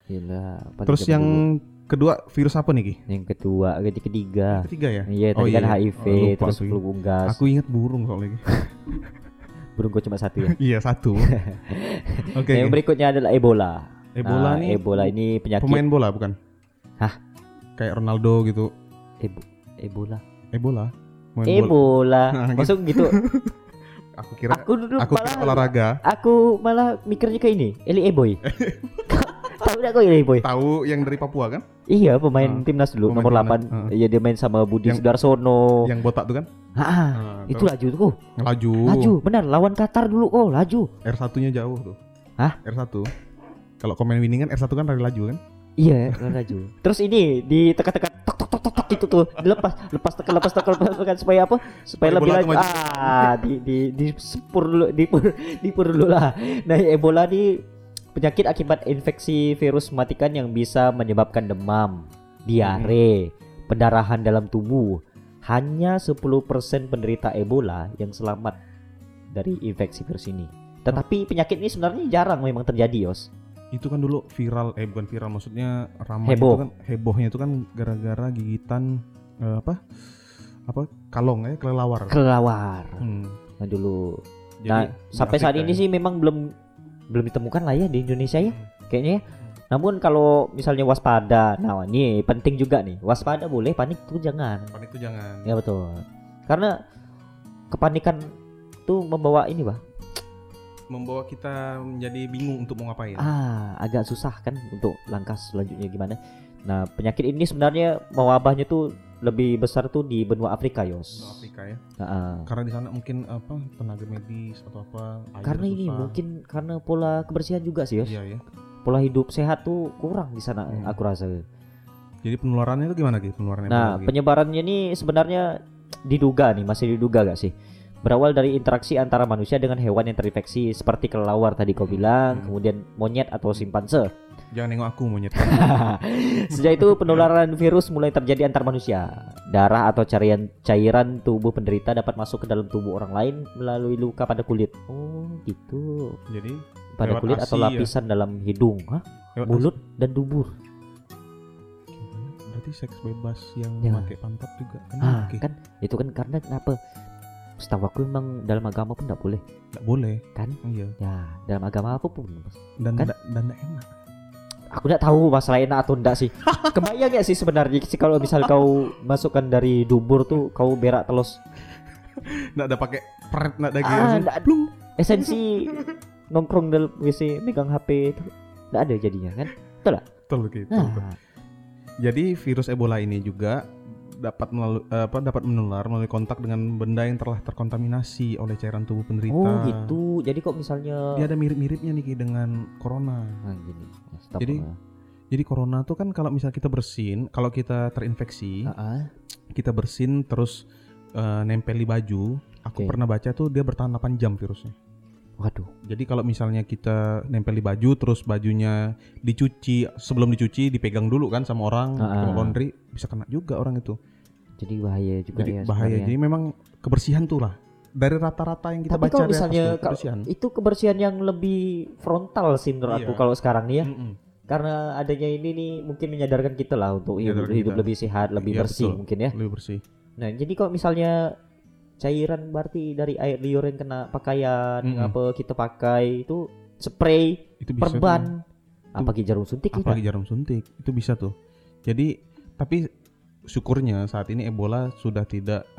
Gila. Terus yang kedua virus apa nih Ki? Yang kedua, ketiga. Ketiga ya? Iya, tadi kan HIV, terus tuh, flu unggas. Aku ingat burung soalnya. Burung gua cuma satu ya. Iya, satu. Oke. Yang berikutnya adalah Ebola. Ebola ini penyakit. Pemain bola bukan? Hah? Kayak Ronaldo gitu. Ebola. Maksud gitu. Aku kira malah olahraga. Aku malah mikirnya ke ini, Eli Eboy. Tahu enggak kau Eli Eboy? Tahu yang dari Papua kan? Iya, pemain timnas dulu nomor 8. Iya, dia main sama Budi Sudarsono. Yang botak tuh kan? Itu laju tuh. Laju, benar, lawan Qatar dulu laju. R1-nya jauh tuh. Hah? R1. Kalau komen winning kan R1 kan lari laju kan? Iya, laju. Terus ini diteka-teka tok gitu tuh. Lepas tekan supaya apa? Supaya lebih laju. Di dipur dulu lah. Nah, Ebola ini penyakit akibat infeksi virus mematikan yang bisa menyebabkan demam, diare, pendarahan dalam tubuh. Hanya 10% penderita Ebola yang selamat dari infeksi virus ini. Tetapi penyakit ini sebenarnya jarang memang terjadi, Yos. Itu kan dulu viral, bukan viral, maksudnya ramai heboh. Itu kan hebohnya itu kan gara-gara gigitan kalong kelelawar. Nah dulu. Jadi, sampai saat ini sih memang belum ditemukan lah ya di Indonesia ya, kayaknya ya. Namun kalau misalnya waspada, nah ini penting juga nih. Waspada boleh, panik tuh jangan. Ya betul. Karena kepanikan tuh membawa ini, membawa kita menjadi bingung untuk mau ngapain. Agak susah kan untuk langkah selanjutnya gimana. Nah, penyakit ini sebenarnya mewabahnya tuh lebih besar tuh di benua Afrika, Yos. Benua Afrika ya. Karena di sana mungkin tenaga medis atau apa. Karena ini susah. Mungkin karena pola kebersihan juga sih, Yos. Iya ya. Pola hidup sehat tuh kurang di sana, aku rasa. Jadi penularannya itu gimana gitu? Penyebarannya ini sebenarnya masih diduga gak sih? Berawal dari interaksi antara manusia dengan hewan yang terinfeksi seperti kelelawar tadi kau bilang, kemudian monyet atau simpanse. Jangan nengok aku monyet. Sejak itu penularan virus mulai terjadi antar manusia. Darah atau cairan tubuh penderita dapat masuk ke dalam tubuh orang lain melalui luka pada kulit. Oh gitu. Jadi pada kulit atau lapisan dalam hidung, mulut dan dubur. Berarti seks bebas yang memakai pantat juga kan? Kan itu kan karena kenapa? Setahu aku memang dalam agama pun tidak boleh. Tidak boleh kan? Iya. Ya dalam agama apapun. Dan tidak enak. Aku tidak tahu masalah enak atau enggak sih. Kebayang ya sih sebenarnya sih kalau misal kau masukkan dari dubur tuh kau berak telos. Tidak ada pakai pret, tidak ada gitu. Esensi nongkrong dalam WC megang HP itu tidak ada jadinya kan? Betul lah. Betul gitu. Jadi virus Ebola ini juga dapat menular melalui kontak dengan benda yang telah terkontaminasi oleh cairan tubuh penderita. Oh gitu. Jadi kok misalnya dia ada mirip-miripnya nih dengan corona. Gini. Jadi corona tuh kan kalau misalnya kita bersin, kalau kita terinfeksi, kita bersin terus nempel di baju. Aku pernah baca tuh dia bertahan 8 jam virusnya. Waduh. Jadi kalau misalnya kita nempel di baju terus bajunya dicuci, sebelum dicuci dipegang dulu kan sama orang, sama laundry, bisa kena juga orang itu. Jadi bahaya juga. Jadi bahaya. Jadi memang kebersihan tuh lah. Dari rata-rata yang kita baca. Tapi kalau misalnya itu kebersihan yang lebih frontal sih menurut aku kalau sekarang nih ya. Karena adanya ini nih mungkin menyadarkan kita lah untuk hidup lebih sehat, lebih bersih, betul. Mungkin ya. Lebih bersih. Nah, jadi kalau misalnya cairan berarti dari air liur yang kena pakaian, apa kita pakai itu spray, itu perban, apalagi jarum suntik. Apalagi jarum suntik, itu bisa tuh. Jadi tapi syukurnya saat ini Ebola sudah tidak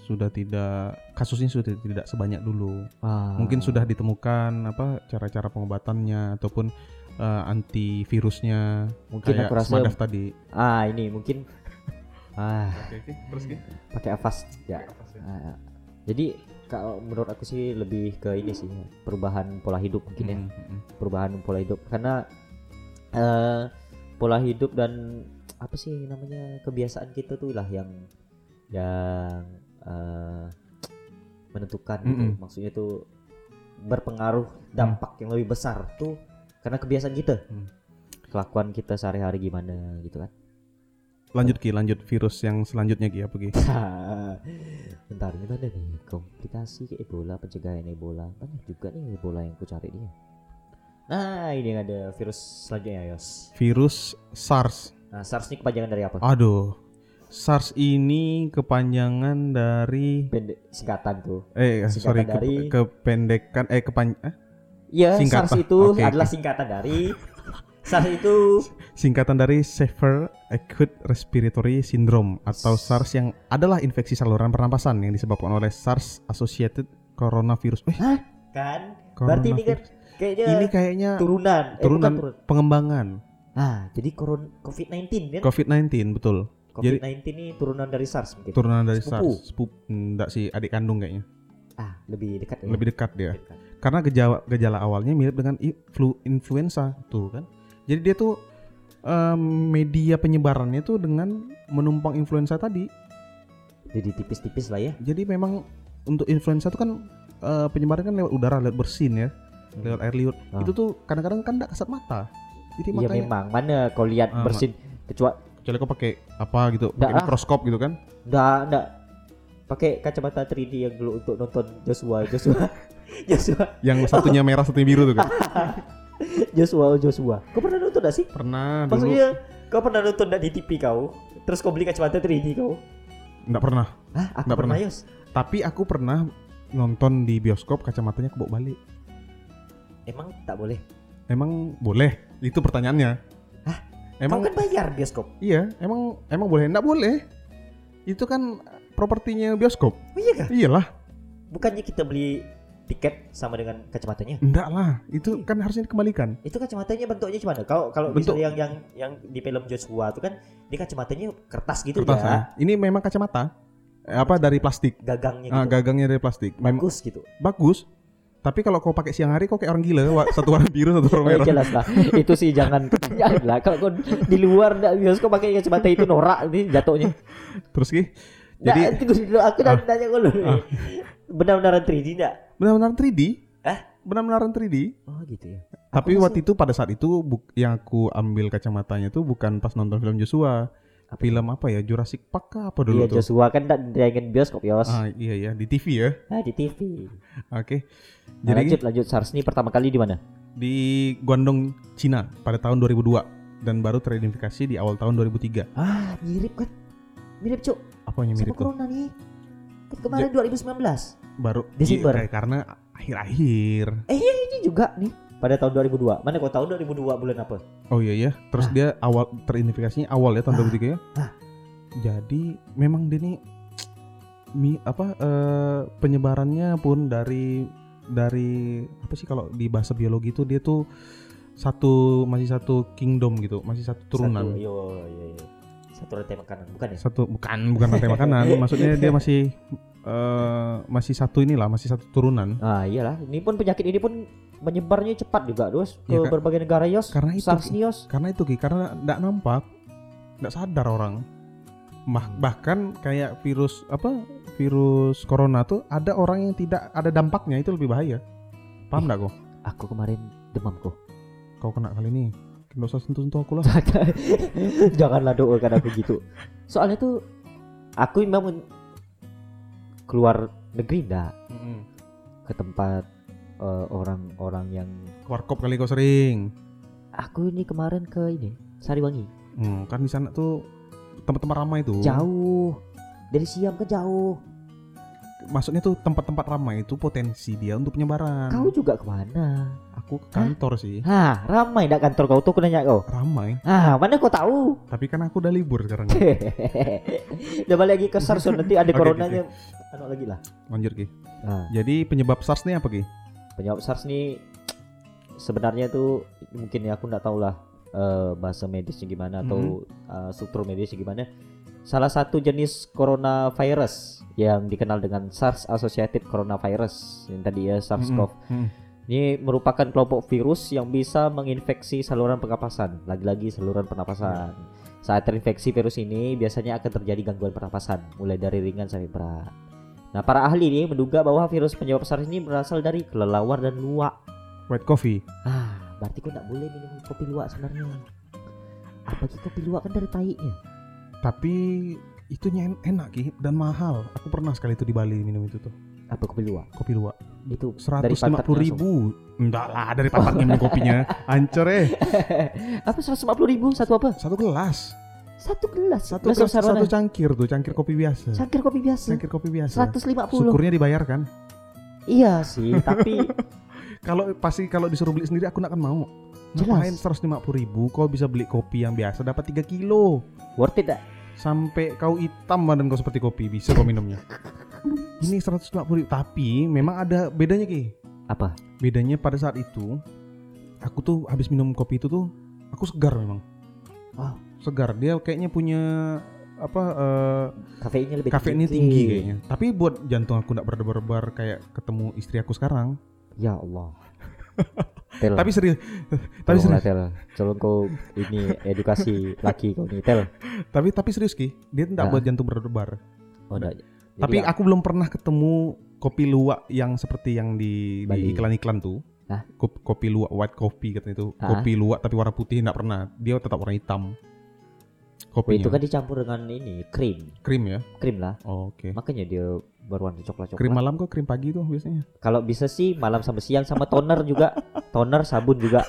kasusnya sudah tidak sebanyak dulu. Mungkin sudah ditemukan cara-cara pengobatannya ataupun antivirusnya, mungkin aku rasa Smadaf tadi. Ini mungkin terus pakai Avast ya. Jadi kalau menurut aku sih lebih ke ini sih perubahan pola hidup mungkin ya. Perubahan pola hidup karena pola hidup dan apa sih namanya kebiasaan kita tuh lah yang menentukan gitu. Maksudnya tuh berpengaruh dampak yang lebih besar tuh karena kebiasaan kita. Kelakuan kita sehari-hari gimana gitu kan. Lanjut virus yang selanjutnya apa Ki? Bentar, gimana nih komplikasi ke Ebola, pencegahan Ebola. Banyak juga nih Ebola yang ku cari dia. Nah, ini yang ada virus selanjutnya, Yos. Virus SARS. Nah, SARS ini kepanjangan dari apa? Aduh. SARS ini kepanjangan dari Singkatan tuh. Singkatan dari kependekan Iya, singkat SARS itu adalah singkatan dari SARS itu singkatan dari Severe Acute Respiratory Syndrome atau SARS yang adalah infeksi saluran pernapasan yang disebabkan oleh SARS Associated Coronavirus. Hah? Kan? Berarti ini kan kayaknya turunan pengembangan. Ah, jadi COVID-19 kan? COVID-19 betul. COVID-19 ini turunan dari SARS mungkin. Turunan dari SARS. Enggak sih, adik kandung kayaknya. Lebih dekat ya? Lebih dekat dia. Karena gejala awalnya mirip dengan influenza tuh kan. Jadi dia tuh media penyebarannya tuh dengan menumpang influenza tadi. Jadi tipis-tipis lah ya. Jadi memang untuk influenza tuh kan penyebaran kan lewat udara, lewat bersin ya. Lewat air liur. Itu tuh kadang-kadang kan enggak kasat mata. Jadi iya makanya, memang mana kau lihat bersin kecuali kau pakai apa gitu, pakai mikroskop gitu kan? Enggak. Pakai kacamata 3D yang dulu untuk nonton Joshua. Yang satunya merah, satunya biru tuh kan? Joshua. Kau pernah nonton gak sih? Pernah. Maksudnya kau pernah nonton di TV kau? Terus kau beli kacamata 3D kau? Enggak pernah. Aku pernah, Yos. Tapi aku pernah nonton di bioskop kacamatanya aku bawa balik. Emang tak boleh? Emang boleh? Itu pertanyaannya. Hah? Emang kau kan bayar bioskop? Iya, emang boleh? Enggak boleh. Itu kan propertinya bioskop. Oh iya kah? Iyalah. Bukannya kita beli tiket sama dengan kacamatanya? Enggak lah, itu kan harusnya dikembalikan. Itu kacamatanya bentuknya gimana? Kalau misalnya yang di film Joshua itu kan dia kacamatanya kertas gitu ya. Ini memang kacamata dari plastik. Gagangnya gitu. Gagangnya dari plastik. Bagus gitu. Bagus. Tapi kalau kau pakai siang hari kau kayak orang gila, satu warna biru, satu warna merah. Jelas lah. Itu sih jangan lah. Kalau kau di luar bioskop pakai kacamata itu norak nih jatuhnya. Terus Ki? Jadi aku nanya kau dulu. Benar-benaran 3D enggak? Benar-benar 3D? Benar-benar 3D. Oh gitu ya. Tapi waktu itu pada saat itu yang aku ambil kacamatanya tuh bukan pas nonton film Joshua. Film apa ya? Jurassic Park apa dulu tuh? Iya, Joshua kan dengan bioskop, Yos. Iya di TV ya. Di TV. Oke. Jadi lanjut SARS ini pertama kali di mana? Di Guangdong, Cina pada tahun 2002 dan baru teridentifikasi di awal tahun 2003. Mirip kan? Mirip, Cuk. Apanya mirip tuh? Corona nih. Kemarin 2019. Baru Desember. Karena akhir-akhir. Ini juga nih. Pada tahun 2002. Mana kau tahu 2002 bulan apa? Oh iya. Terus dia awal teridentifikasinya awal ya tahun 2003 ya. Jadi memang dia nih penyebarannya pun dari apa sih kalau di bahasa biologi itu dia tuh masih satu kingdom gitu, masih satu turunan. Iya. Satu rantai makanan, bukan ya? Bukan rantai makanan. Maksudnya dia masih masih satu turunan. Iyalah. Ini pun penyakit ini pun menyebarnya cepat juga, Dos, ke berbagai negara, Yos. Karena itu, SARS nih, Yos. Karena itu, karena enggak nampak, enggak sadar orang. Bahkan kayak virus corona tuh ada orang yang tidak ada dampaknya, itu lebih bahaya. Paham enggak kok? Aku kemarin demam kok. Kau kena kali ini. Enggak usah sentuh-sentuh aku lah. Janganlah doakan aku gitu. Soalnya tuh aku memang keluar negeri enggak. Ke tempat orang-orang yang warkop kali kau sering. Aku ini kemarin ke Sariwangi. Kan di sana tuh tempat-tempat ramai tuh. Jauh. Dari Siam ke jauh. Maksudnya tuh tempat-tempat ramai itu potensi dia untuk penyebaran. Kau juga kemana? Aku ke kantor sih. Ramai enggak kantor kau tuh, aku nanya kau. Ramai. Mana kau tahu? Tapi kan aku udah libur sekarang. Udah balik lagi ke SARS, nanti ada coronanya. Lagi lah. Lanjut Ki. Jadi penyebab SARS nih apa Ki? Penyebab SARS nih sebenarnya tuh mungkin aku nggak tahu lah bahasa medisnya gimana atau struktur medisnya gimana. Salah satu jenis coronavirus yang dikenal dengan SARS Associated Coronavirus yang tadi ya SARS-CoV. Ini merupakan kelompok virus yang bisa menginfeksi saluran pernapasan. Lagi-lagi saluran pernapasan. Saat terinfeksi virus ini biasanya akan terjadi gangguan pernapasan mulai dari ringan sampai berat. Nah, para ahli ini menduga bahwa virus penyebab SARS ini berasal dari kelelawar dan luwak. White coffee. Berarti kau tak boleh minum kopi luwak sebenarnya. Apalagi kopi luwak kan dari taiknya. Tapi itunya enak Ki dan mahal. Aku pernah sekali itu di Bali minum itu tuh. Apa kopi luwak? Kopi luwak. Itu 150.000. Enggak lah, dari patangnya minum kopinya. Hancur Apa 150.000 satu apa? Satu gelas. Satu gelas. Satu cangkir tuh, cangkir kopi biasa. Cangkir kopi biasa. 150. Syukurnya dibayar kan? Iya sih, tapi kalau disuruh beli sendiri aku nggak akan mau. Ngapain 150.000 kau bisa beli kopi yang biasa dapat 3 kilo. Worth it dah. Sampai kau hitam badan kau seperti kopi bisa kau minumnya. Ini 150.000, tapi memang ada bedanya Ki. Apa? Bedanya pada saat itu aku tuh habis minum kopi itu tuh aku segar memang. Wow. Segar, dia kayaknya punya kafeinnya tinggi kayaknya. Tapi buat jantung aku enggak berdebar-debar kayak ketemu istri aku sekarang. Ya Allah. Tapi serius. Tolong kau ini edukasi laki kau nih, Tel. Tapi serius Ki, dia enggak buat jantung berdebar. Oh, enggak. Tapi aku belum pernah ketemu kopi luwak yang seperti yang di iklan-iklan tuh. Hah? Kopi luwak, white coffee katanya itu. Kopi luwak tapi warna putih enggak pernah. Dia tetap warna hitam. Kopinya. Itu kan dicampur dengan ini krim ya. Krim lah. Oh, oke. Makanya dia berwarna coklat. Krim malam kok, krim pagi tuh biasanya. Kalau bisa sih malam sampai siang sama toner juga. Toner, sabun juga.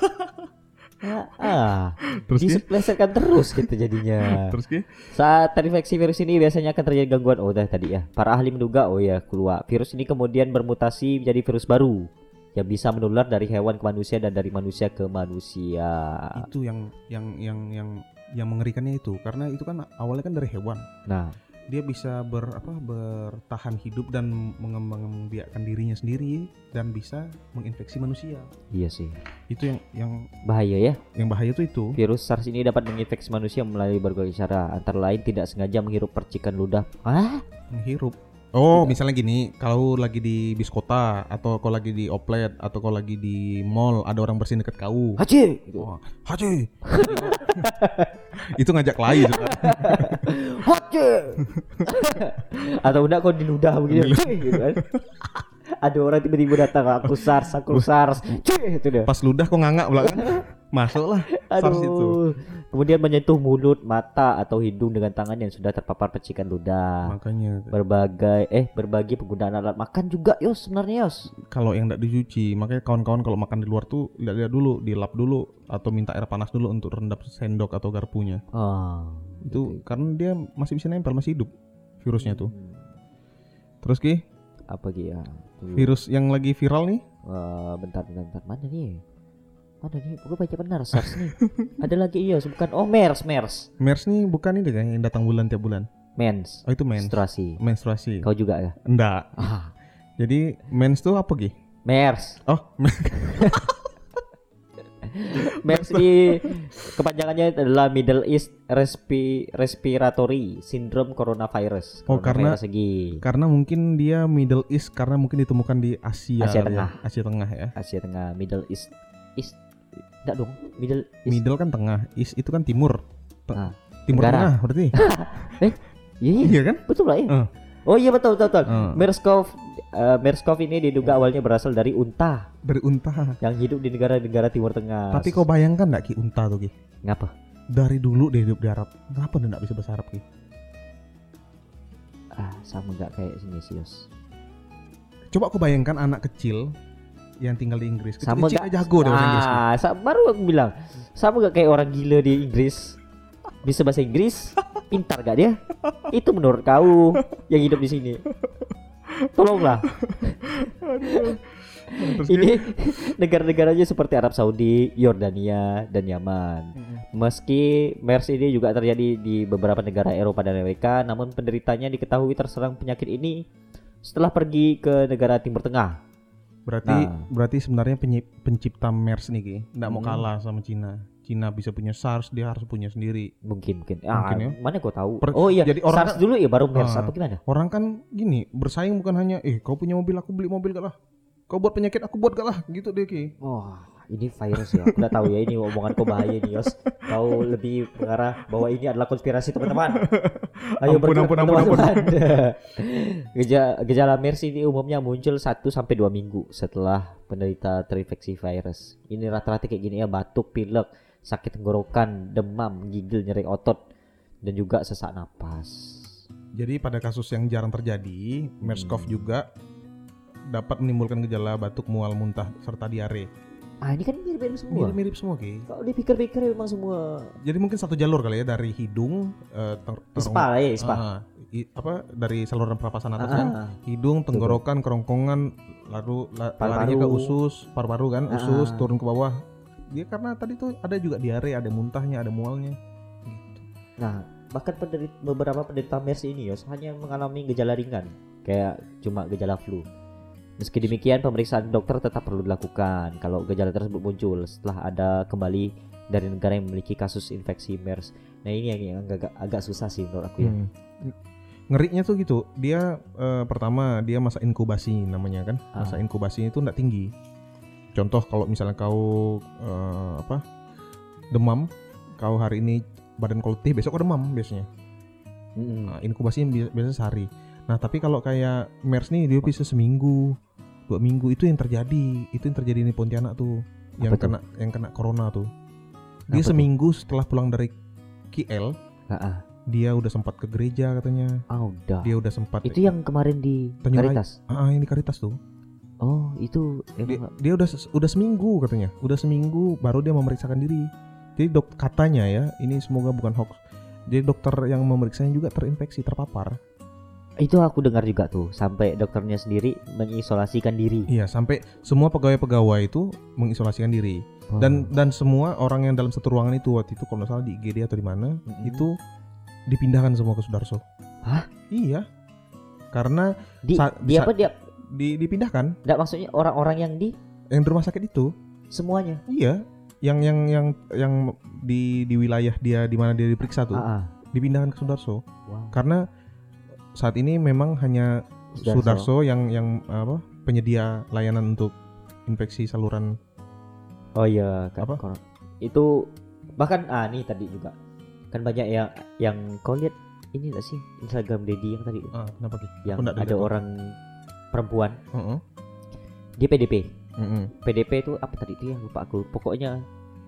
Terus diseplesetkan terus gitu jadinya. Terus Ki? Saat terinfeksi virus ini biasanya akan terjadi gangguan. Tadi ya. Para ahli menduga keluar. Virus ini kemudian bermutasi menjadi virus baru yang bisa menular dari hewan ke manusia dan dari manusia ke manusia. Itu yang mengerikannya itu, karena itu kan awalnya kan dari hewan. Nah, dia bisa bertahan hidup dan mengembangbiakkan dirinya sendiri dan bisa menginfeksi manusia. Iya sih. Itu yang bahaya ya. Yang bahaya itu. Virus SARS ini dapat menginfeksi manusia melalui berbagai cara, antara lain tidak sengaja menghirup percikan ludah. Menghirup. Oh, misalnya gini, kalau lagi di bis kota atau kalau lagi di oplet atau kalau lagi di mall ada orang bersin dekat kau. Haji. Haji. Itu ngajak lain juga. Haji. Atau udah kau diludah begini gitu kan. Ada orang tiba-tiba datang, aku SARS. Itu dia. Pas ludah kok ngangak pula kan. Masuklah SARS itu. Kemudian menyentuh mulut, mata atau hidung dengan tangan yang sudah terpapar percikan ludah. Makanya berbagi penggunaan alat makan juga sebenarnya kalau yang enggak dicuci, makanya kawan-kawan kalau makan di luar tuh lihat dulu, dilap dulu atau minta air panas dulu untuk rendam sendok atau garpunya. Itu karena dia masih bisa nempel, masih hidup virusnya tuh. Terus Ki? Apa Ki ya? Virus yang lagi viral nih? Bentar. Mana nih? Gue baca benar SARS nih. Ada lagi bukan. MERS. MERS nih bukan ini kan yang datang tiap bulan. Mens. Oh itu mens. Menstruasi. Kau juga ya? Enggak. Jadi mens tuh apa Ki? MERS. Oh. MERS ini kepanjangannya adalah Middle East Respiratory Syndrome Coronavirus. Karena mungkin dia Middle East karena mungkin ditemukan di Asia Tengah ya. Asia Tengah, Middle East. Enggak dong, Middle kan tengah, East itu kan timur. Timur Negara. tengah berarti. Iya kan? Betul lah ya. Oh iya betul. MERS-CoV ini diduga awalnya berasal dari unta. Dari unta. Yang hidup di negara-negara Timur Tengah. Tapi kau bayangkan enggak Ki unta tuh Ki? Ngapa? Dari dulu dia hidup di Arab. Kenapa dia enggak bisa bahasa Arab Ki? Sama enggak kayak sini sih Coba kau bayangkan anak kecil yang tinggal di Inggris. Sama kecil jago deh bahasa Inggris. Baru aku bilang. Sama enggak kayak orang gila di Inggris? Bisa bahasa Inggris? Pintar gak dia? Itu menurut kau yang hidup di sini. Tolonglah. Ini negara-negaranya seperti Arab Saudi, Yordania, dan Yaman. Meski MERS ini juga terjadi di beberapa negara Eropa dan Amerika, namun penderitanya diketahui terserang penyakit ini setelah pergi ke negara Timur Tengah. Berarti sebenarnya pencipta MERS nih Ki nggak mau kalah sama Cina. Cina bisa punya SARS, dia harus punya sendiri. Mungkin ya? Mana gua tahu. Jadi SARS dulu ya baru MERS atau gimana? Orang kan gini, bersaing bukan hanya kau punya mobil aku beli mobil gak lah. Kau buat penyakit aku buat gak lah, gitu deh Ki. Ini virus ya. Aku udah tahu ya ini omongan kau bahaya nih Yos. Kau lebih mengarah bahwa ini adalah konspirasi teman-teman. Ayo ampun. Gejala MERS ini umumnya muncul 1-2 minggu setelah penderita terinfeksi virus. Ini rata-rata kayak gini ya, batuk, pilek, sakit tenggorokan, demam, gigil, nyeri otot, dan juga sesak napas. Jadi pada kasus yang jarang terjadi, MERS-CoV juga dapat menimbulkan gejala batuk, mual, muntah serta diare. Ini kan mirip-mirip semua. Mirip-mirip semua, Ki. Kalau dipikir-pikir memang semua. Jadi mungkin satu jalur kali ya, dari hidung ispa. Dari saluran pernapasan atas kan, hidung, tenggorokan, kerongkongan, lalu larinya ke usus, paru-paru kan, usus turun ke bawah. Dia karena tadi tuh ada juga diare, ada muntahnya, ada mualnya. Gitu. Nah, bahkan beberapa penderita MERS ini hanya mengalami gejala ringan, kayak cuma gejala flu. Meski demikian, pemeriksaan dokter tetap perlu dilakukan kalau gejala tersebut muncul setelah ada kembali dari negara yang memiliki kasus infeksi MERS. Nah, ini yang agak susah sih menurut aku ya. Ngerinya tuh gitu, dia pertama dia masa inkubasi namanya kan. Masa inkubasinya itu enggak tinggi. Contoh kalau misalnya kau demam, kau hari ini badan kau letih, besok kau demam biasanya. Inkubasinya biasa sehari. Nah, tapi kalau kayak MERS nih dia bisa seminggu, 2 minggu. Itu yang terjadi di Pontianak tuh. Yang kena corona tuh. Dia seminggu setelah pulang dari KL. Dia udah sempat ke gereja katanya. Udah. Dia udah sempat. Itu yang kemarin di Caritas. Yang di Caritas tuh. Oh, itu dia udah seminggu katanya. Udah seminggu baru dia memeriksakan diri. Jadi katanya ya, ini semoga bukan hoax. Jadi dokter yang memeriksanya juga terinfeksi, terpapar. Itu aku dengar juga tuh, sampai dokternya sendiri mengisolasikan diri. Iya, sampai semua pegawai-pegawai itu mengisolasikan diri. Dan semua orang yang dalam satu ruangan itu waktu itu kalau nggak salah di IGD atau di mana, itu dipindahkan semua ke Sudarso. Hah? Iya. Karena dipindahkan. Enggak, maksudnya orang-orang yang di rumah sakit itu semuanya. Iya. Yang di wilayah dia di mana dia diperiksa tuh. Dipindahkan ke Sudarso. Wow. Karena saat ini memang hanya Sudarso yang penyedia layanan untuk infeksi saluran. Oh iya, itu bahkan nih tadi juga kan banyak yang kau lihat ini enggak sih Instagram Dedi yang tadi? Kenapa Ki? Yang ada orang perempuan. Dia PDP. PDP itu apa tadi itu ya, lupa aku. Pokoknya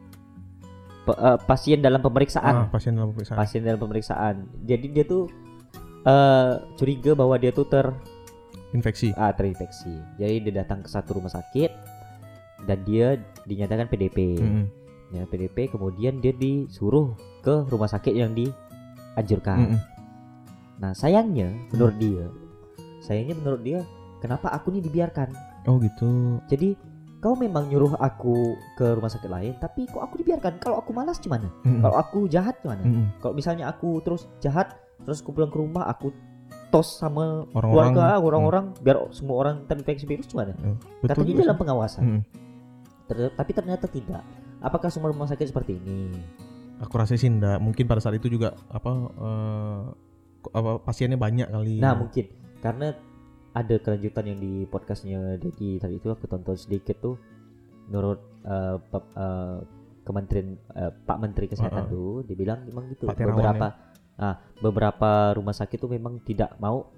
pasien dalam pemeriksaan. Pasien dalam pemeriksaan. Jadi dia tuh curiga bahwa dia tuh terinfeksi. Jadi dia datang ke satu rumah sakit dan dia dinyatakan PDP. Ya, PDP, kemudian dia disuruh ke rumah sakit yang dianjurkan. Nah, sayangnya menurut dia, kenapa aku nih dibiarkan? Oh gitu. Jadi kau memang nyuruh aku ke rumah sakit lain, tapi kok aku dibiarkan? Kalau aku malas gimana? Kalau aku jahat gimana? Kalau misalnya aku terus jahat, terus aku pulang ke rumah, aku tos sama orang-orang biar semua orang terinfeksi virus gimana? Katanya dalam pengawasan. Tapi ternyata tidak. Apakah semua rumah sakit seperti ini? Aku rasa sih enggak. Mungkin pada saat itu juga pasiennya banyak kali. Nah, mungkin karena ada kelanjutan yang di podcastnya Dedi tadi itu aku tonton sedikit tuh. Menurut Kementerian Pak Menteri Kesehatan tuh dibilang memang gitu. Beberapa rumah sakit tuh memang tidak mau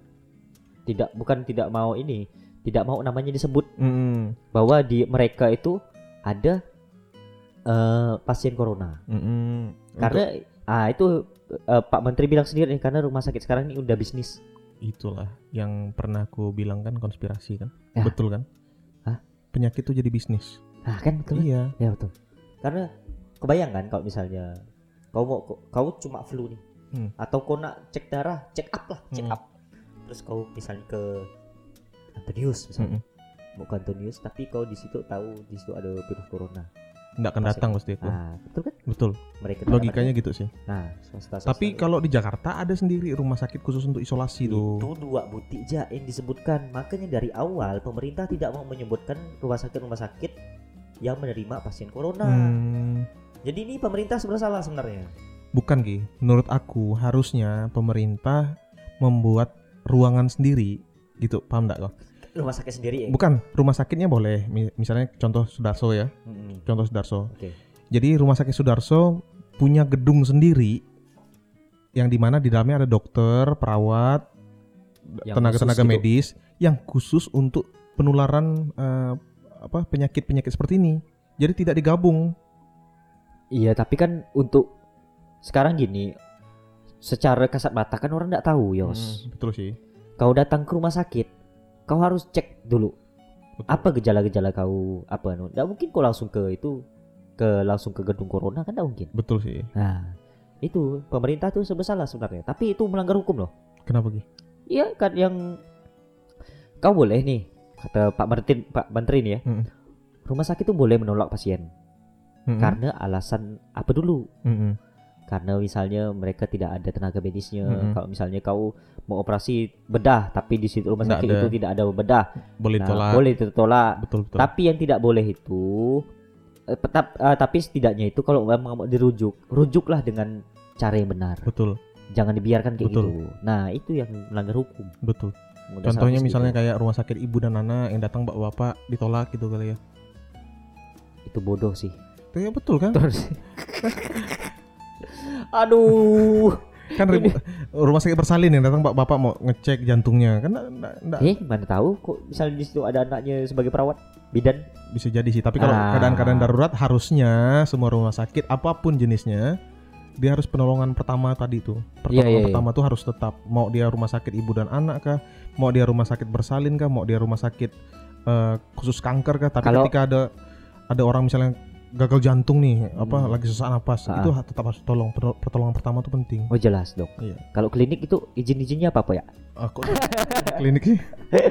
namanya disebut bahwa di mereka itu ada pasien corona. Karena itu Pak Menteri bilang sendiri nih, karena rumah sakit sekarang ini udah bisnis. Itulah yang pernah aku bilang kan, konspirasi kan. Betul kan? Penyakit itu jadi bisnis. Kan betul. Iya. Ya betul. Karena kebayang kan kalau misalnya kau cuma flu nih. Atau kau nak cek darah, check up. Terus kau misalnya ke Antonius misalnya. Mau ke Antonius tapi kau di situ tahu di situ ada virus corona. Enggak akan datang pasti aku. Betul kan? Betul. Mereka logikanya gitu sih. Nah, swasta. Tapi kalau di Jakarta ada sendiri rumah sakit khusus untuk isolasi tuh. Itu 2 butik aja yang disebutkan. Makanya dari awal pemerintah tidak mau menyebutkan rumah sakit yang menerima pasien corona. Jadi ini pemerintah sebenarnya salah sebenarnya. Bukan Ki, menurut aku harusnya pemerintah membuat ruangan sendiri gitu, paham enggak kau? Rumah sakit sendiri ya? Bukan, rumah sakitnya boleh. Misalnya contoh Sudarso ya. Contoh Sudarso. Okay. Jadi rumah sakit Sudarso punya gedung sendiri yang dimana di dalamnya ada dokter, perawat, tenaga-tenaga medis yang khusus untuk penularan penyakit-penyakit seperti ini. Jadi tidak digabung. Iya, tapi kan untuk sekarang gini, secara kasat mata kan orang enggak tahu, Yos. Betul sih. Kau datang ke rumah sakit, kau harus cek dulu Betul. Apa gejala-gejala kau apa no? Nggak mungkin kau langsung ke itu langsung ke gedung corona kan, nggak mungkin. Betul sih. Nah, itu pemerintah tuh bersalah sebenarnya, tapi itu melanggar hukum loh. Kenapa Ki? Iya kan, yang kau boleh nih kata Pak Menteri nih ya. Rumah sakit tuh boleh menolak pasien. Karena alasan apa dulu? Karena misalnya mereka tidak ada tenaga medisnya. Kalau misalnya kau mau operasi bedah tapi di situ rumah sakit itu tidak ada bedah, boleh ditolak. Boleh ditolak. Betul. Tapi yang tidak boleh itu tapi setidaknya itu kalau memang mau rujuklah dengan cara yang benar. Betul. Jangan dibiarkan kayak gitu. Nah, itu yang melanggar hukum. Betul. Contohnya misalnya kayak rumah sakit ibu dan anak yang datang bapak ditolak gitu kali ya. Itu bodoh sih. Ya betul kan? Terus. Aduh. Kan rumah sakit bersalin yang datang bapak mau ngecek jantungnya kan enggak. Mana tahu kok misalnya di situ ada anaknya sebagai perawat bidan. Bisa jadi sih, tapi kalau keadaan-keadaan darurat harusnya semua rumah sakit apapun jenisnya dia harus penolongan pertama tadi tuh. Pertolongan pertama tuh harus tetap, mau dia rumah sakit ibu dan anak kah, mau dia rumah sakit bersalin kah, mau dia rumah sakit khusus kanker kah, tapi ketika ada orang misalnya gagal jantung nih, lagi sesak napas, itu tetap harus tolong. Pertolongan pertama tuh penting. Oh jelas dok. Iya. Kalau klinik itu izin-izinnya apa ya? Aku klinik sih.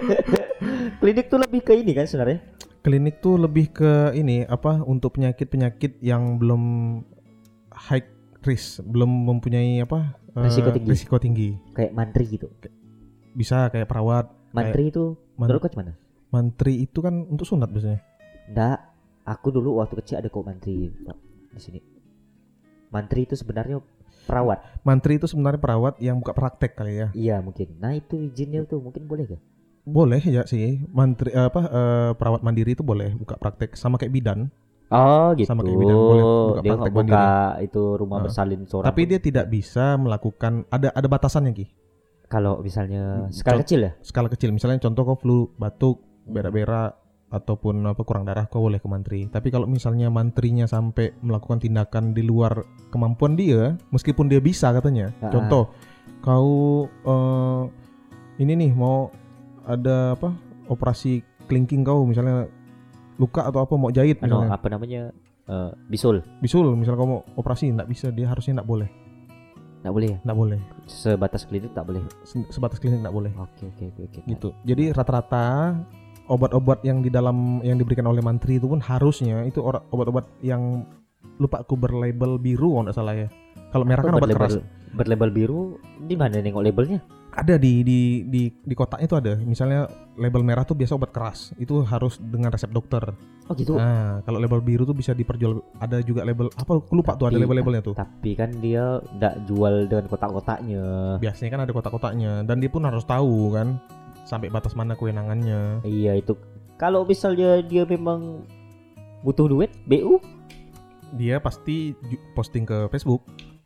Klinik tuh lebih ke ini kan sebenarnya. Klinik tuh lebih ke ini untuk penyakit yang belum high risk, belum mempunyai risiko tinggi. Kayak mantri gitu. Bisa kayak perawat. Mantri itu menurut kau gimana? Mantri itu kan untuk sunat biasanya. Enggak. Aku dulu waktu kecil ada kok mantri di sini. Mantri itu sebenarnya perawat. Mantri itu sebenarnya perawat yang buka praktek kali ya. Iya mungkin. Nah itu izinnya tuh mungkin boleh gak? Boleh ya sih. Mantri perawat mandiri itu boleh buka praktek sama kayak bidan. Oh gitu. Sama kayak bidan boleh buka dia praktek mandiri. Itu rumah bersalin seorang. Tapi dia tidak bisa melakukan ada batasannya Ki. Kalau misalnya skala kecil ya? Skala kecil. Misalnya contoh kau flu, batuk, berak-berak ataupun kurang darah kau boleh ke mantri. Tapi kalau misalnya mantrinya sampai melakukan tindakan di luar kemampuan dia, meskipun dia bisa katanya. Contoh, kau ini nih mau ada operasi kelingking kau misalnya luka atau mau jahit misalnya. Bisul misalnya kau mau operasi enggak bisa, dia harusnya enggak boleh. Enggak boleh ya? Enggak boleh. Sebatas klinik enggak boleh. Sebatas klinik enggak boleh. Oke. Gitu. Jadi rata-rata obat-obat yang diberikan oleh mantri itu pun harusnya itu obat-obat yang lupa aku berlabel biru kalau enggak salah ya. Kalau merah kan obat keras. Berlabel biru di mana nengok labelnya? Ada di kotaknya itu ada. Misalnya label merah tuh biasa obat keras. Itu harus dengan resep dokter. Oh gitu. Nah, kalau label biru tuh bisa diperjual. Ada juga label aku lupa tuh ada label-labelnya tuh. Tapi kan dia enggak jual dengan kotak-kotaknya. Biasanya kan ada kotak-kotaknya dan dia pun harus tahu kan sampai batas mana kewenangannya. Iya itu. Kalau misalnya dia memang butuh duit, BU, dia pasti posting ke Facebook.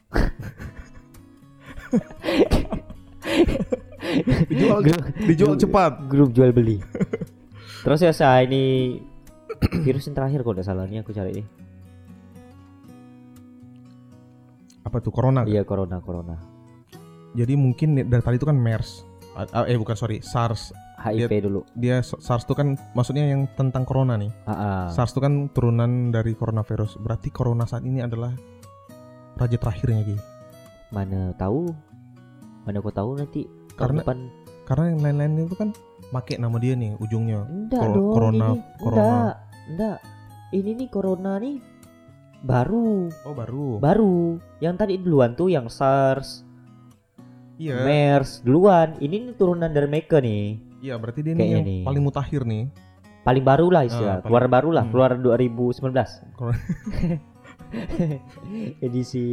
dijual cepat. Grup jual beli. Terus ya saya ini virus yang terakhir kalau tidak salah ini aku cari ini. Apa tuh corona? Iya corona. Jadi mungkin dari tadi itu kan MERS. SARS. HIV dulu. Dia SARS itu kan maksudnya yang tentang corona nih. SARS itu kan turunan dari coronavirus. Berarti corona saat ini adalah raja terakhirnya Ki. Mana kau tahu nanti karena yang lain-lain itu kan pakai nama dia nih ujungnya. Corona. Enggak. Ini nih corona nih baru. Oh, baru. Yang tadi duluan tuh yang SARS. Iya. MERS duluan. Ini nih turunan dari mereka nih. Iya, berarti dia nih yang paling mutakhir nih. Paling baru lah istilah. Keluar 2019. Edisi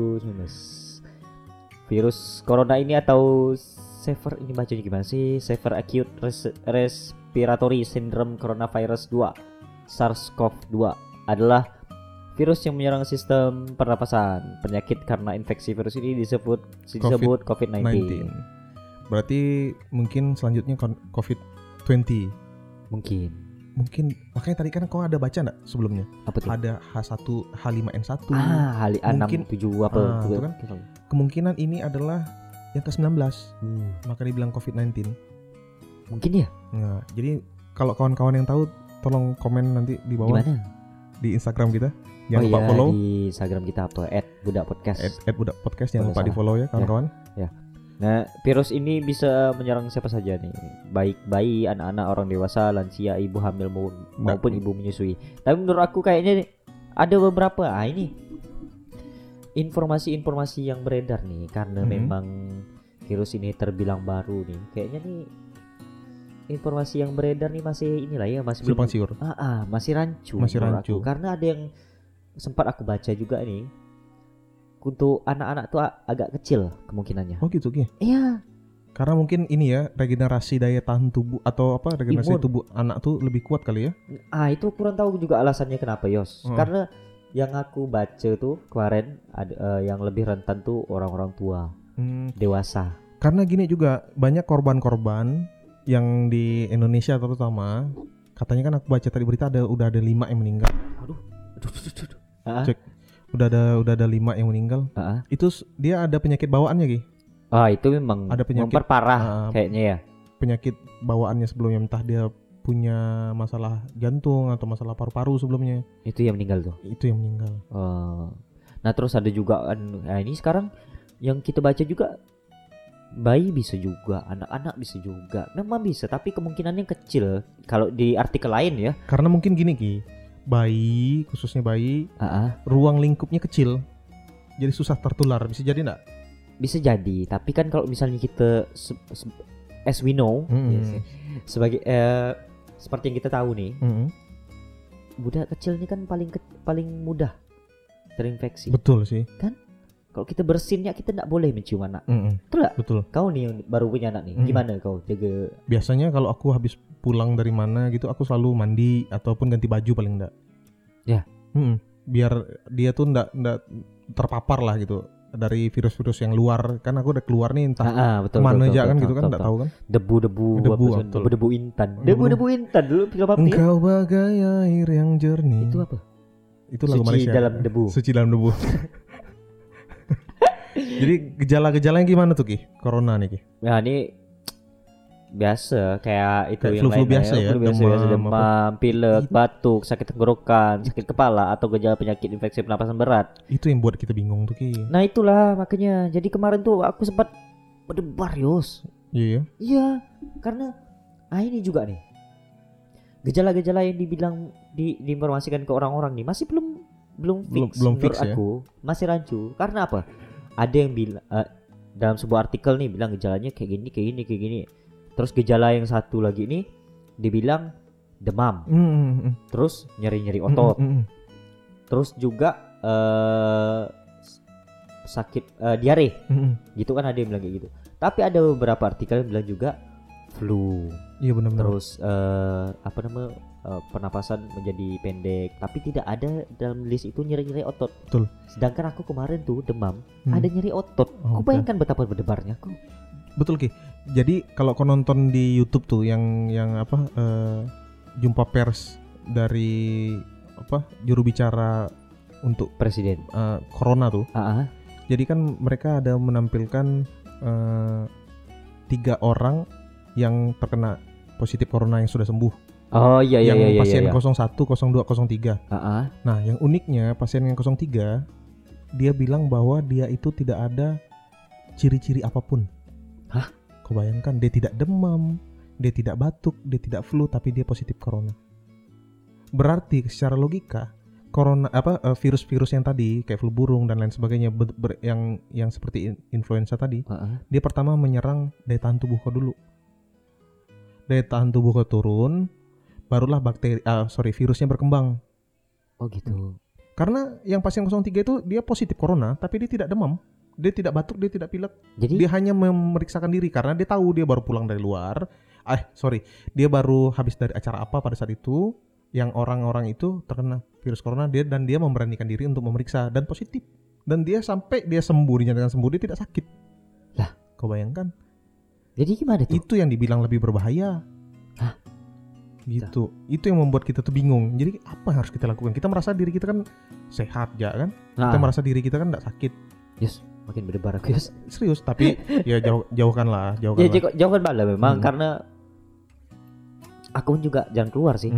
2019. Virus corona ini atau severe ini bacanya gimana sih? Severe acute respiratory syndrome coronavirus 2 SARS-CoV-2 adalah virus yang menyerang sistem pernapasan. Penyakit karena infeksi virus ini disebut COVID-19. Berarti mungkin selanjutnya COVID-20. Mungkin. Makanya tadi kan kau ada baca enggak sebelumnya? Apa tuh? Ada H1, H5N1. H6, 7 apa itu kan? Kemungkinan ini adalah yang ke-19. Maka dibilang COVID-19. Mungkin ya? Nah, jadi kalau kawan-kawan yang tahu tolong komen nanti di bawah. Gimana? Di Instagram kita. Jangan lupa iya, follow. Di Instagram kita apa? @budakpodcast. @budakpodcast jangan lupa di follow ya kawan-kawan. Ya. Nah, virus ini bisa menyerang siapa saja nih, baik bayi, anak-anak, orang dewasa, lansia, ibu hamil maupun ibu menyusui. Tapi menurut aku kayaknya ada beberapa ini informasi-informasi yang beredar nih, karena memang virus ini terbilang baru nih. Kayaknya nih informasi yang beredar nih masih inilah ya, masih belum siur. Masih rancu. Masih rancu. Karena ada yang sempat aku baca juga nih, untuk anak-anak tuh agak kecil kemungkinannya. Oh gitu Ki? Iya. Karena mungkin ini ya, regenerasi daya tahan tubuh atau apa, regenerasi Imun. tubuh anak tuh lebih kuat kali ya. Itu kurang tahu juga alasannya kenapa, Yos. Karena yang aku baca tuh kemarin ada yang lebih rentan tuh orang-orang tua, dewasa. Karena gini juga, banyak korban-korban yang di Indonesia terutama, katanya kan aku baca tadi berita udah ada 5 yang meninggal. Aduh. Cek. Udah ada 5 yang meninggal. Itu dia ada penyakit bawaannya Ki. Itu memang ada penyakit memperparah kayaknya ya. Penyakit bawaannya sebelumnya, entah dia punya masalah jantung atau masalah paru-paru sebelumnya. Itu yang meninggal tuh. Itu yang meninggal. Nah, terus ada juga ini sekarang yang kita baca juga, bayi bisa juga, anak-anak bisa juga. Memang bisa, tapi kemungkinannya kecil kalau di artikel lain ya. Karena mungkin gini Ki, bayi, khususnya bayi, ruang lingkupnya kecil, jadi susah tertular. Bisa jadi enggak? Bisa jadi, tapi kan kalau misalnya kita as we know, sebagai seperti yang kita tahu nih, budak kecil ini kan paling mudah terinfeksi. Betul sih. Kan? Kalau kita bersinnya kita tidak boleh mencium anak. Betul gak? Betul. Kau nih yang baru punya anak nih, gimana kau jaga? Biasanya kalau aku habis pulang dari mana gitu, aku selalu mandi ataupun ganti baju paling enggak. Ya. Biar dia tuh enggak terpapar lah gitu dari virus-virus yang luar. Kan aku udah keluar nih entah mana aja kan gitu kan, enggak tahu kan. Debu intan. Debu intan dulu film apa ya? Engkau bagai air yang jernih. Itu apa? Itu lagu Malaysia. Suci dalam debu. Jadi gejala-gejalanya gimana tuh Ki? Corona nih Ki? Ya ini biasa kayak itu kayak yang flu biasa ya, demam, pilek, batuk, sakit tenggorokan, sakit kepala atau gejala penyakit infeksi pernapasan berat. Itu yang buat kita bingung tuh Ki. Nah itulah makanya. Jadi kemarin tuh aku sempat berdebar Yos. Iya. Iya, karena ini juga nih gejala-gejala yang dibilang diinformasikan ke orang-orang nih masih belum fix ya? Aku masih rancu. Karena apa? Ada yang bilang dalam sebuah artikel nih bilang gejalanya kayak gini. Terus gejala yang satu lagi nih dibilang demam. Terus nyeri-nyeri otot. Terus juga sakit diare. Gitu kan ada yang bilang kayak gitu. Tapi ada beberapa artikel yang bilang juga flu. Iya benar-benar. Terus pernapasan menjadi pendek, tapi tidak ada dalam list itu nyeri-nyeri otot. Betul. Sedangkan aku kemarin tuh demam, ada nyeri otot. Aku bayangkan betapa berdebarnya aku. Betul Ki. Jadi kalau kau nonton di YouTube tuh yang jumpa pers dari juru bicara untuk presiden corona tuh. Jadi kan mereka ada menampilkan 3 orang yang terkena positif corona yang sudah sembuh. Oh iya. Yang pasien 01, 02, 03. Nah, yang uniknya pasien yang 03 dia bilang bahwa dia itu tidak ada ciri-ciri apapun. Hah? Kau bayangkan, dia tidak demam, dia tidak batuk, dia tidak flu, tapi dia positif corona. Berarti secara logika corona virus-virus yang tadi kayak flu burung dan lain sebagainya yang seperti influenza tadi, dia pertama menyerang daya tahan tubuh kau dulu. Daya tahan tubuh kau turun, barulah virusnya berkembang. Oh gitu. Karena yang pasien 03 itu dia positif corona, tapi dia tidak demam, dia tidak batuk, dia tidak pilek. Jadi dia hanya memeriksakan diri karena dia tahu dia baru pulang dari luar. Dia baru habis dari acara apa pada saat itu, yang orang-orang itu terkena virus corona, dia memberanikan diri untuk memeriksa dan positif. Dan dia sampai dia sembuh, dinyatakan sembuh, dia tidak sakit. Lah, kau bayangkan? Jadi gimana tuh? Itu yang dibilang lebih berbahaya. Hah? Gitu. Itu yang membuat kita tuh bingung. Jadi apa yang harus kita lakukan? Kita merasa diri kita kan sehat ya kan? Kita merasa diri kita kan enggak sakit. Yes, makin berdebar aku yes. Serius, tapi ya jauhkan. Jauhkan bala memang karena Aku juga jangan keluar sih.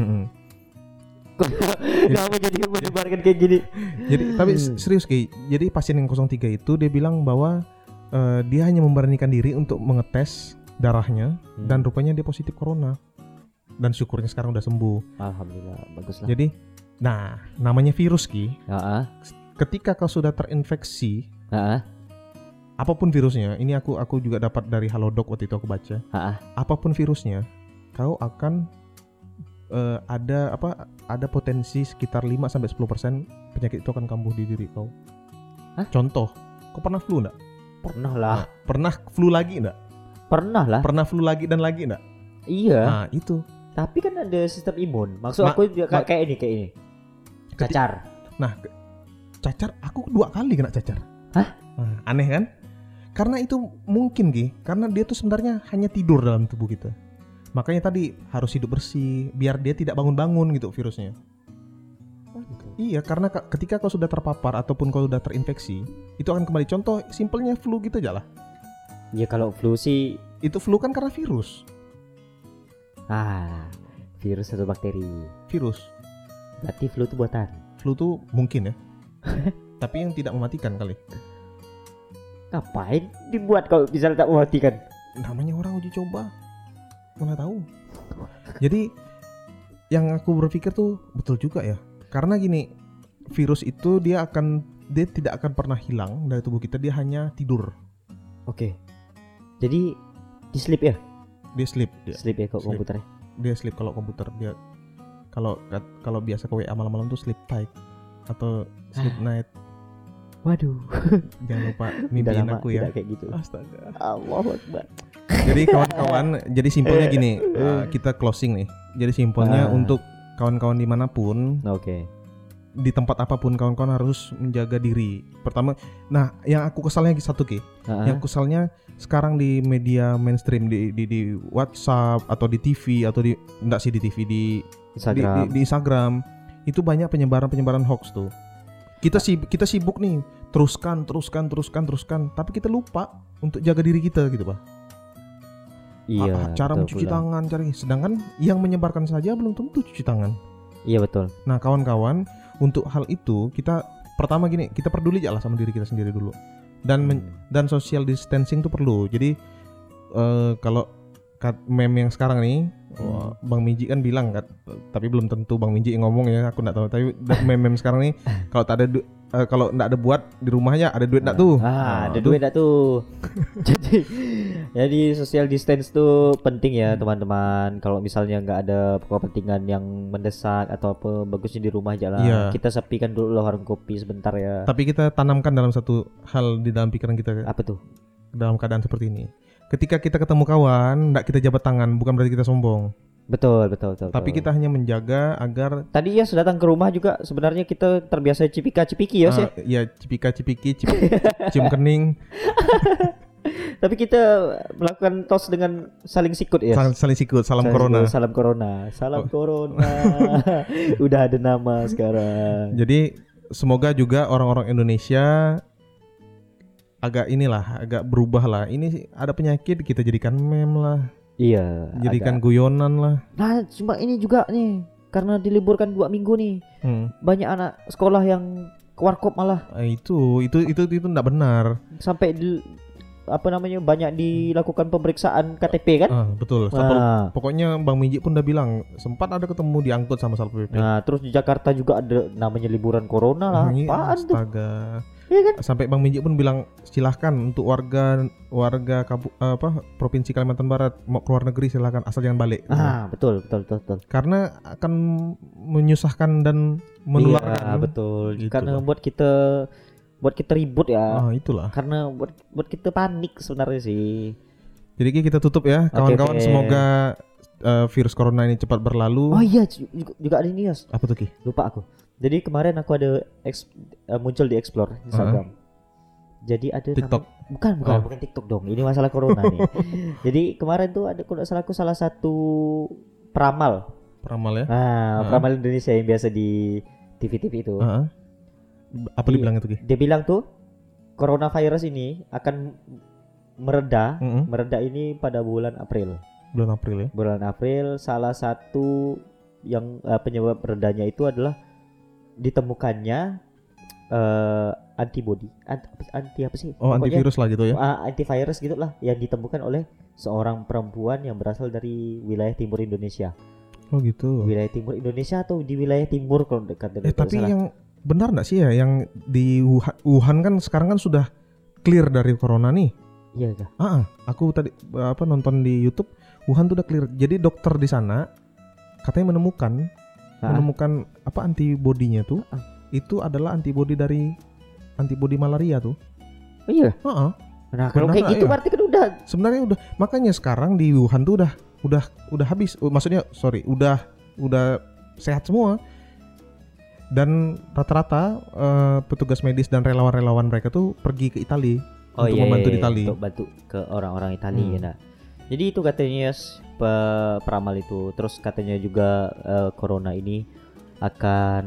Kenapa jadi menyebarkan kayak gini? Jadi tapi serius Ki. Jadi pasien yang 03 itu dia bilang bahwa dia hanya memberanikan diri untuk mengetes darahnya dan rupanya dia positif corona. Dan syukurnya sekarang udah sembuh. Alhamdulillah, baguslah. Jadi, nah namanya virus Ki. Ketika kau sudah terinfeksi, apapun virusnya, ini aku juga dapat dari Halodoc waktu itu aku baca. Apapun virusnya, kau akan ada potensi sekitar 5-10% penyakit itu akan kambuh di diri kau. Contoh, kau pernah flu enggak? Pernah lah. Pernah flu lagi enggak? Pernah lah. Pernah flu lagi dan lagi enggak? Iya. Nah, itu. Tapi kan ada sistem imun. Maksud aku juga kayak ini. Cacar. Nah, cacar aku 2 kali kena cacar. Hah? Nah, aneh kan? Karena itu mungkin Ki, karena dia tuh sebenarnya hanya tidur dalam tubuh kita. Makanya tadi harus hidup bersih biar dia tidak bangun-bangun gitu virusnya. Iya, karena ketika kau sudah terpapar ataupun kau sudah terinfeksi, itu akan kembali. Contoh simpelnya flu gitu aja lah. Ya kalau flu sih, itu flu kan karena virus. Virus atau bakteri? Virus. Berarti flu itu buatan. Flu tuh mungkin ya. Tapi yang tidak mematikan kali. Ngapain dibuat kalau bisa tak mematikan? Namanya orang uji coba. Mana tahu. Jadi yang aku berpikir tuh betul juga ya. Karena gini, virus itu dia tidak akan pernah hilang dari tubuh kita, dia hanya tidur. Oke. Jadi di sleep ya? Dia sleep. Sleep ya kalau komputernya. Dia sleep kalau komputer. Dia kalau biasa ke WA malam-malam tuh sleep tight atau sleep night. Waduh. Jangan lupa mimpiin aku ya. Kayak gitu. Astaga. Allahu Akbar. Jadi kawan-kawan, jadi simpelnya gini, kita closing nih. Jadi simpelnya untuk kawan-kawan dimanapun, di tempat apapun kawan-kawan harus menjaga diri. Pertama, nah yang aku kesalnya satu Ki, yang kesalnya sekarang di media mainstream di WhatsApp atau di TV atau di TV di Instagram itu banyak penyebaran hoax tuh. Kita sibuk nih, teruskan, tapi kita lupa untuk jaga diri kita gitu Pak. Iya. Cara mencuci tangan, sedangkan yang menyebarkan saja belum tentu cuci tangan. Iya betul. Nah kawan-kawan, untuk hal itu kita pertama gini, kita peduli aja lah sama diri kita sendiri dulu. Dan social distancing itu perlu. Jadi kalau meme yang sekarang nih, Bang Minji kan bilang kan, tapi belum tentu Bang Minji yang ngomong ya, aku enggak tahu. Tapi meme sekarang nih, kalau tak ada kalau enggak ada buat di rumahnya ada duit enggak tuh? Ada duit enggak tuh? Jadi social distance tuh penting ya teman-teman. Kalau misalnya enggak ada kepentingan yang mendesak atau apa, bagusnya di rumah aja lah. Iya. Kita sepikan dulu lah warung kopi sebentar ya. Tapi kita tanamkan dalam satu hal di dalam pikiran kita. Apa tuh? Dalam keadaan seperti ini. Ketika kita ketemu kawan, enggak kita jabat tangan, bukan berarti kita sombong. Betul. Tapi kita hanya menjaga agar tadi ya datang ke rumah juga sebenarnya kita terbiasa cipika-cipiki ya sih. Iya, cipika-cipiki, cium kening. Tapi kita melakukan tos dengan saling sikut ya. Saling sikut, salam corona. Salam corona. Udah ada nama sekarang. Jadi semoga juga orang-orang Indonesia agak berubah lah. Ini ada penyakit kita jadikan meme lah. Iya. Jadikan guyonan lah. Nah, cuma ini juga nih, karena diliburkan 2 minggu nih. Banyak anak sekolah yang ke warkop malah. Itu enggak benar. Sampai banyak dilakukan pemeriksaan KTP kan? Betul. Pokoknya Bang Minji pun udah bilang sempat ada ketemu diangkut sama Satpol PP. Nah, terus di Jakarta juga ada namanya liburan corona lah. Apaan tuh? Astaga. Iya kan? Sampai Bang Minji pun bilang silahkan untuk warga provinsi Kalimantan Barat mau keluar negeri silahkan asal jangan balik. Betul. Karena akan menyusahkan dan menularkan. Iya, betul. Itulah. Karena buat kita ribut ya. Itulah. Karena buat kita panik sebenarnya sih. Jadi kita tutup ya, kawan-kawan. Semoga virus corona ini cepat berlalu. Oh iya, juga ada ini Yos. Apa tuh Ki? Lupa aku. Jadi kemarin aku ada muncul di Explore Instagram. Jadi ada TikTok. Bukan TikTok dong. Ini masalah corona nih. Jadi kemarin tuh ada kalau salah aku salah satu peramal ya. Peramal Indonesia yang biasa di TV-TV itu. Apa dia bilang itu Ki? Dia bilang tuh coronavirus ini akan mereda ini pada bulan April. Bulan April ya. Bulan April salah satu yang penyebab redanya itu adalah ditemukannya antibody anti apa sih? Oh, Pokoknya, antivirus lah gitu ya. Antivirus gitulah yang ditemukan oleh seorang perempuan yang berasal dari wilayah timur Indonesia. Oh gitu. Wilayah timur Indonesia atau di wilayah timur kalau dekat. Tapi salah. Yang benar nggak sih ya yang di Wuhan kan sekarang kan sudah clear dari corona nih. Iya kah? Aku tadi nonton di YouTube Wuhan tuh udah clear. Jadi dokter di sana katanya menemukan antibodinya tuh itu adalah antibodi malaria tuh. Oh iya. Nah kalau kayak gitu berarti kan udah. Sebenarnya udah. Makanya sekarang di Wuhan tuh udah habis. Maksudnya udah sehat semua. Dan rata-rata petugas medis dan relawan-relawan mereka tuh pergi ke Italia untuk membantu di Italia. Untuk bantu ke orang-orang Italia ya. Nah. Jadi itu katanya peramal itu. Terus katanya juga corona ini akan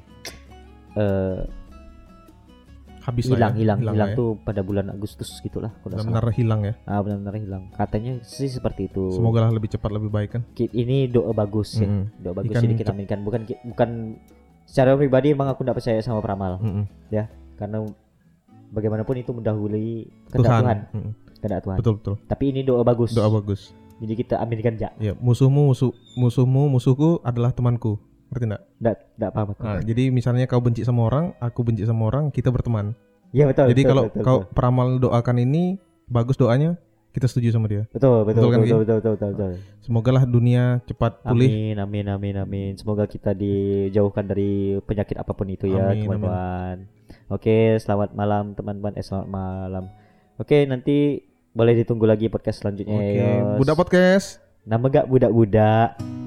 hilang ya. Tuh pada bulan Agustus gitulah. Benar-benar hilang ya. Benar-benar hilang. Katanya sih seperti itu. Semoga lah lebih cepat lebih baik kan. Ini doa bagus ya. Doa bagus jadi kita aminkan. Bukan secara pribadi emang aku tidak percaya sama peramal. Ya, karena bagaimanapun itu mendahului kehendak Tuhan. Kehendak Tuhan. Betul. Tapi ini doa bagus. Doa bagus. Jadi kita aminkan ya. Ya, musuhku adalah temanku. Ngerti enggak? Enggak apa-apa. Nah, jadi misalnya kau benci sama orang, aku benci sama orang, kita berteman. Iya betul. Jadi kalau kau peramal doakan ini bagus doanya, kita setuju sama dia. Betul. Semogalah dunia cepat pulih. Amin. Semoga kita dijauhkan dari penyakit apapun itu ya, teman-teman. Oke, selamat malam teman-teman. Selamat malam. Oke, nanti boleh ditunggu lagi podcast selanjutnya. Oke, Budak Podcast. Nama gak budak-budak.